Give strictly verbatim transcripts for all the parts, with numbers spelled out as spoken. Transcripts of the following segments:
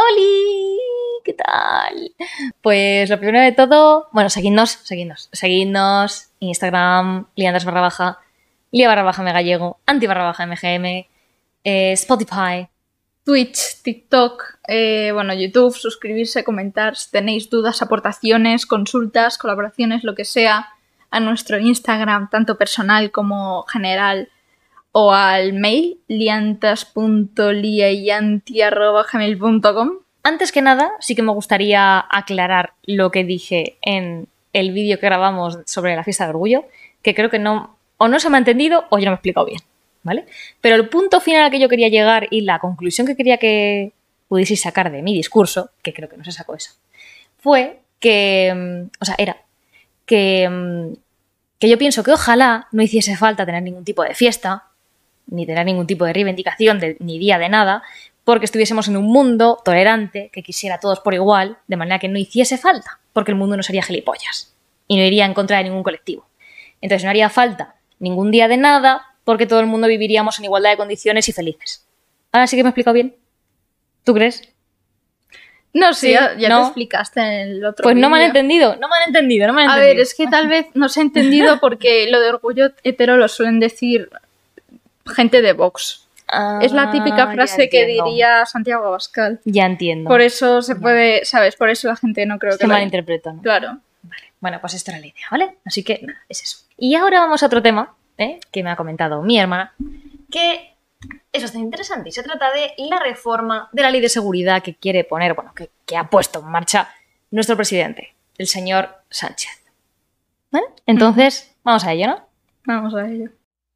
¡Holi! ¿Qué tal? Pues lo primero de todo, bueno, seguidnos, seguidnos, seguidnos, Instagram, liandras barra baja, lia barra baja me gallego, anti barra baja mgm, eh, Spotify, Twitch, TikTok, eh, bueno, YouTube, suscribirse, comentar, si tenéis dudas, aportaciones, consultas, colaboraciones, lo que sea, a nuestro Instagram, tanto personal como general, o al mail, liantas punto liayanti arroba gmail punto com. Antes que nada, sí que me gustaría aclarar lo que dije en el vídeo que grabamos sobre la fiesta de orgullo, que creo que no, o no se me ha entendido o yo no me he explicado bien, ¿vale? Pero el punto final al que yo quería llegar y la conclusión que quería que pudieseis sacar de mi discurso, que creo que no se sacó eso, fue que, o sea, era que, que yo pienso que ojalá no hiciese falta tener ningún tipo de fiesta, ni tener ningún tipo de reivindicación, de, ni día de nada, porque estuviésemos en un mundo tolerante que quisiera a todos por igual, de manera que no hiciese falta, porque el mundo no sería gilipollas y no iría en contra de ningún colectivo. Entonces no haría falta ningún día de nada, porque todo el mundo viviríamos en igualdad de condiciones y felices. ¿Ahora sí que me he explicado bien? ¿Tú crees? No, sí, Sí, ya, ya no. te explicaste en el otro Pues no me han vídeo. entendido, no me han entendido, no me han A entendido. ver, es que tal vez no se ha entendido porque lo de orgullo hetero lo suelen decir gente de Vox. Ah, Es la típica frase que entiendo. diría Santiago Abascal. Ya entiendo. Por eso se Ya. puede, ¿sabes? Por eso la gente no creo Se que... la- malinterpreta, ¿no? Claro. Vale. Bueno, pues esto era la idea, ¿vale? Así que nada, es eso. Y ahora vamos a otro tema, ¿eh? Que me ha comentado mi hermana, que es bastante interesante y se trata de la reforma de la ley de seguridad que quiere poner, bueno, que, que ha puesto en marcha nuestro presidente, el señor Sánchez. ¿Vale? Entonces, vamos a ello, ¿no? Vamos a ello.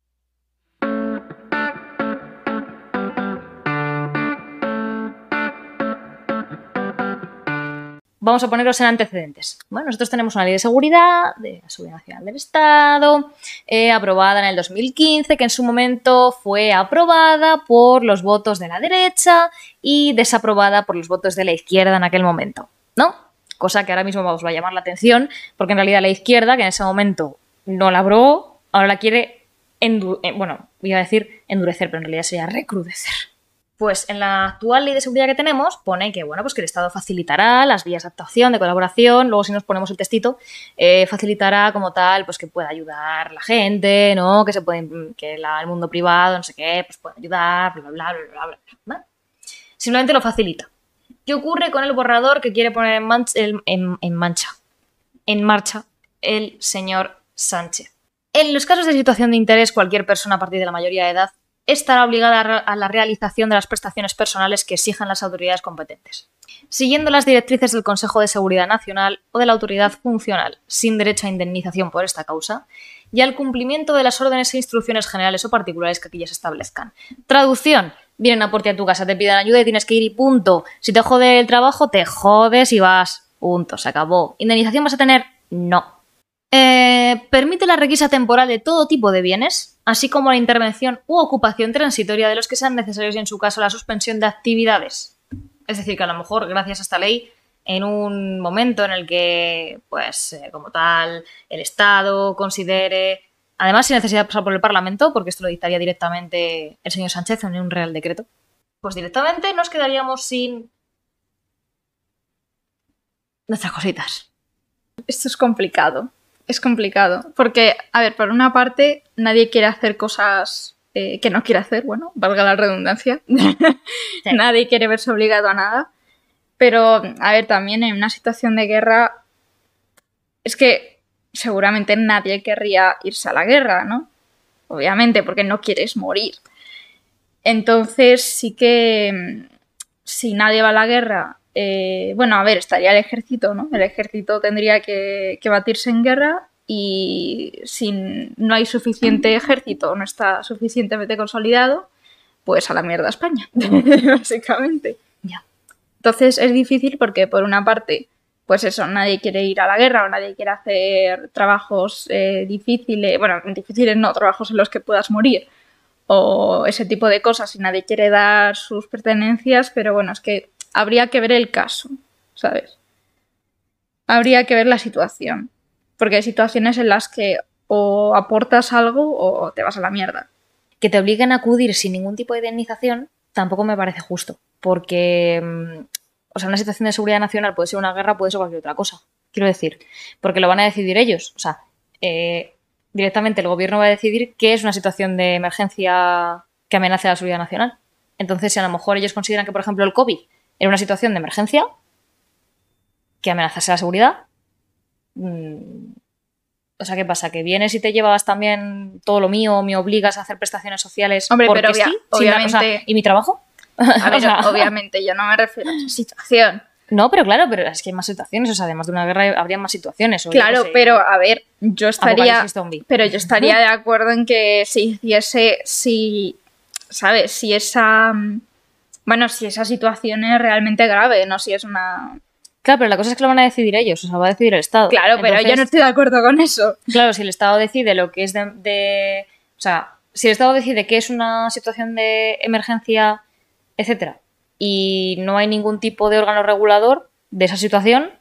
Vamos a poneros en antecedentes. Bueno, nosotros tenemos una ley de seguridad de la Seguridad Nacional del Estado, eh, aprobada en el dos mil quince, que en su momento fue aprobada por los votos de la derecha y desaprobada por los votos de la izquierda en aquel momento, ¿no? Cosa que ahora mismo os va a llamar la atención, porque en realidad la izquierda, que en ese momento no la aprobó, ahora la quiere, endu- eh, bueno, voy a decir endurecer, pero en realidad sería recrudecer. Pues en la actual ley de seguridad que tenemos pone que, bueno, pues que el Estado facilitará las vías de actuación, de colaboración, luego si nos ponemos el textito, eh, facilitará como tal, pues que pueda ayudar la gente, ¿no? Que se puede, que la- el mundo privado, no sé qué, pues puede ayudar, bla, bla, bla, bla, bla, bla, ¿vale? Simplemente lo facilita. ¿Qué ocurre con el borrador que quiere poner en, mancha, en, en, en mancha, en marcha el señor Sánchez? En los casos de situación de interés, cualquier persona a partir de la mayoría de edad estará obligada a la realización de las prestaciones personales que exijan las autoridades competentes, siguiendo las directrices del Consejo de Seguridad Nacional o de la autoridad funcional, sin derecho a indemnización por esta causa, y al cumplimiento de las órdenes e instrucciones generales o particulares que aquellas establezcan. Traducción: vienen a por ti a tu casa, te piden ayuda y tienes que ir y punto. Si te jode el trabajo, te jodes y vas. Punto, se acabó. ¿Indemnización vas a tener? No. Eh, permite la requisa temporal de todo tipo de bienes, así como la intervención u ocupación transitoria de los que sean necesarios y, en su caso, la suspensión de actividades. Es decir, que a lo mejor, gracias a esta ley, en un momento en el que, pues, eh, como tal, el Estado considere, además sin necesidad de pasar por el Parlamento, porque esto lo dictaría directamente el señor Sánchez en un Real Decreto, pues directamente nos quedaríamos sin nuestras cositas. Esto es complicado. Es complicado. Porque, a ver, por una parte, nadie quiere hacer cosas eh, que no quiere hacer, bueno, valga la redundancia. Sí. Nadie quiere verse obligado a nada. Pero, a ver, también en una situación de guerra, es que seguramente nadie querría irse a la guerra, ¿no? Obviamente, porque no quieres morir. Entonces, sí que si nadie va a la guerra, eh, bueno, a ver, estaría el ejército, ¿no? El ejército tendría que, que batirse en guerra y si no hay suficiente ejército, no está suficientemente consolidado, pues a la mierda España, básicamente. Ya. Entonces es difícil porque, por una parte, pues eso, nadie quiere ir a la guerra o nadie quiere hacer trabajos eh, difíciles, bueno, difíciles no, trabajos en los que puedas morir o ese tipo de cosas y nadie quiere dar sus pertenencias, pero bueno, es que habría que ver el caso, ¿sabes? Habría que ver la situación, porque hay situaciones en las que o aportas algo o te vas a la mierda. Que te obliguen a acudir sin ningún tipo de indemnización tampoco me parece justo, porque O sea, una situación de seguridad nacional puede ser una guerra, puede ser cualquier otra cosa. Quiero decir, porque lo van a decidir ellos. O sea, eh, directamente el gobierno va a decidir qué es una situación de emergencia que amenace a la seguridad nacional. Entonces, si a lo mejor ellos consideran que, por ejemplo, el COVID era una situación de emergencia que amenazase a la seguridad, mmm, o sea, ¿qué pasa? ¿Que vienes y te llevas también todo lo mío, me obligas a hacer prestaciones sociales? Hombre, porque pero obvia, sí, obviamente... La, o sea, ¿y mi trabajo? A ver, o sea, obviamente, yo no me refiero a esa situación. No, pero claro, pero es que hay más situaciones. O sea, además de una guerra habría más situaciones. O claro, sé, pero a ver, yo estaría... Pero yo estaría de acuerdo en que se hiciese... Si, ¿sabes? Si esa... Bueno, si esa situación es realmente grave, no si es una... Claro, pero la cosa es que lo van a decidir ellos, o sea, lo va a decidir el Estado. Claro, Entonces, pero yo no estoy de acuerdo con eso. Claro, si el Estado decide lo que es de, de... O sea, si el Estado decide que es una situación de emergencia, etcétera, y no hay ningún tipo de órgano regulador de esa situación,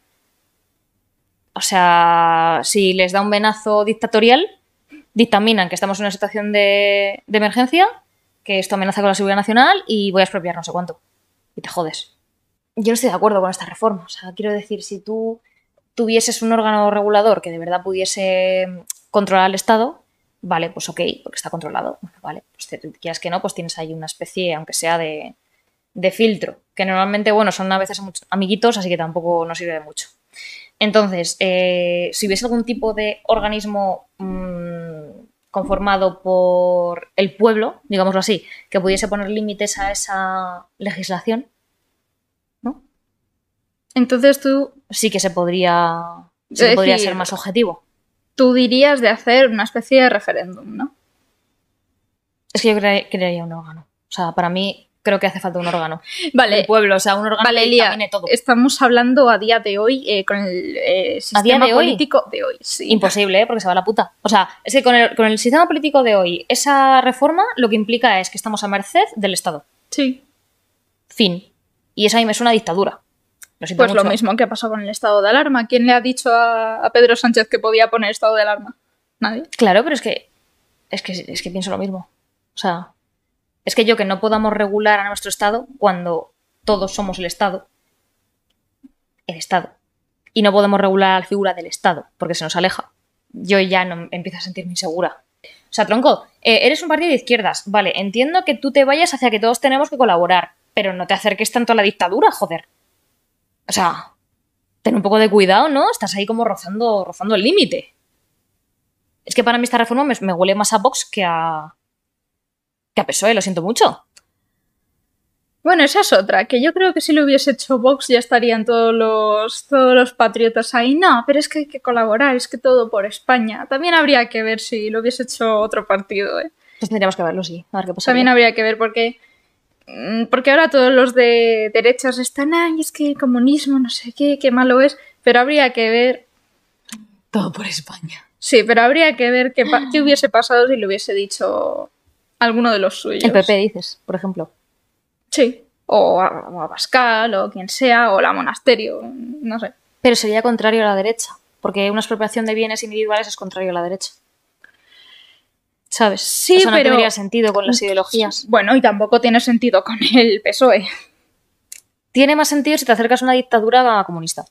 o sea, si les da un venazo dictatorial, dictaminan que estamos en una situación de, de emergencia, que esto amenaza con la seguridad nacional y voy a expropiar no sé cuánto. Y te jodes. Yo no estoy de acuerdo con esta reforma. O sea, quiero decir, si tú tuvieses un órgano regulador que de verdad pudiese controlar al Estado, vale, pues ok, porque está controlado. Bueno, vale, pues te, quieras que no, pues tienes ahí una especie, aunque sea de, de filtro, que normalmente, bueno, son a veces amiguitos, así que tampoco nos sirve de mucho. Entonces, eh, si hubiese algún tipo de organismo mmm, conformado por el pueblo, digámoslo así, que pudiese poner límites a esa legislación, ¿no? Entonces tú... Sí que se podría, sí que podría ser más objetivo. Tú dirías de hacer una especie de referéndum, ¿no? Es que yo cre crearía un órgano. O sea, para mí creo que hace falta un órgano. Vale. El pueblo, o sea, un órgano vale, que Lía, camine todo. Estamos hablando a día de hoy eh, con el eh, sistema ¿A día de político hoy? de hoy. Sí. Imposible, ¿eh? Porque se va a la puta. O sea, es que con el, con el sistema político de hoy, esa reforma lo que implica es que estamos a merced del Estado. Sí. Fin. Y eso a mí me suena a dictadura. Lo siento pues mucho. Lo mismo que ha pasado con el estado de alarma. ¿Quién le ha dicho a, a Pedro Sánchez que podía poner estado de alarma? Nadie. Claro, pero es que, es que es que pienso lo mismo. O sea, es que yo que no podamos regular a nuestro Estado cuando todos somos el Estado, el Estado, y no podemos regular a la figura del Estado porque se nos aleja, yo ya no empiezo a sentirme insegura. O sea, tronco, eh, eres un partido de izquierdas, vale, entiendo que tú te vayas hacia que todos tenemos que colaborar, pero no te acerques tanto a la dictadura, joder. O sea, ten un poco de cuidado, ¿no? Estás ahí como rozando, rozando el límite. Es que para mí esta reforma me, me huele más a Vox que a, que a P S O E, lo siento mucho. Bueno, esa es otra, que yo creo que si lo hubiese hecho Vox ya estarían todos los, todos los patriotas ahí. No, pero es que hay que colaborar, es que todo por España. También habría que ver si lo hubiese hecho otro partido, ¿eh? Pues tendríamos que verlo, sí. A ver qué pasa. También habría que ver porque... Porque ahora todos los de derechas están, ay, es que el comunismo, no sé qué, qué malo es. Pero habría que ver... Todo por España. Sí, pero habría que ver qué, qué hubiese pasado si le hubiese dicho alguno de los suyos. El P P, dices, por ejemplo. Sí, o a, o a Pascal, o quien sea, o la Monasterio, no sé. Pero sería contrario a la derecha, porque una expropiación de bienes individuales es contrario a la derecha. ¿Sabes? Sí, eso no pero... tendría sentido con las ideologías. Bueno, y tampoco tiene sentido con el P S O E. Tiene más sentido si te acercas a una dictadura comunista.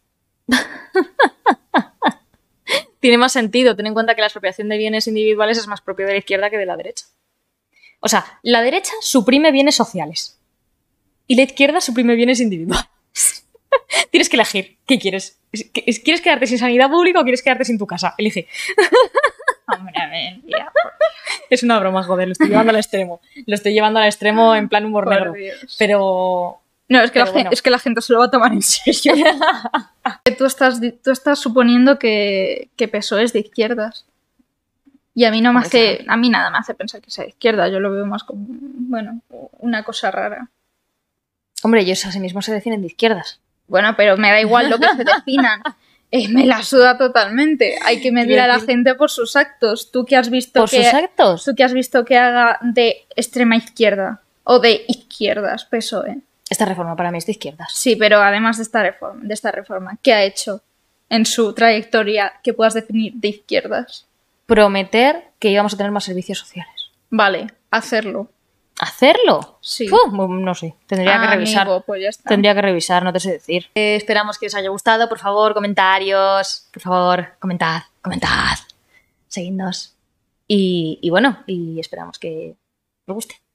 Tiene más sentido, ten en cuenta que la expropiación de bienes individuales es más propio de la izquierda que de la derecha. O sea, la derecha suprime bienes sociales y la izquierda suprime bienes individuales. Tienes que elegir. ¿Qué quieres? ¿Quieres quedarte sin sanidad pública o quieres quedarte sin tu casa? Elige. Hombre, a ver, ya. Es una broma, joder, lo estoy llevando al extremo. Lo estoy llevando al extremo en plan humor Por negro. Dios. Pero... No, es que, pero la bueno. gente, es que la gente se lo va a tomar en serio. tú, estás, tú estás suponiendo que, que P S O E es de izquierdas. Y a mí no me hace... A mí nada me hace pensar que sea de izquierda. Yo lo veo más como, bueno, una cosa rara. Hombre, ellos a sí mismos se definen de izquierdas. Bueno, pero me da igual lo que se definan. Eh, me la suda totalmente. Hay que medir a la gente por sus actos. ¿Tú qué has visto ¿Por que, sus actos? ¿Tú qué has visto que haga de extrema izquierda? O de izquierdas, P S O E. Esta reforma para mí es de izquierdas. Sí, pero además de esta reforma, de esta reforma, ¿qué ha hecho en su trayectoria que puedas definir de izquierdas? Prometer que íbamos a tener más servicios sociales. Vale, hacerlo. ¿Hacerlo? Sí. Uh, no sé, tendría Ah, que revisar. amigo, pues ya está. Tendría que revisar, no te sé decir. Eh, esperamos que os haya gustado. Por favor, comentarios. Por favor, comentad, comentad. Seguidnos. Y, y bueno, y esperamos que os guste.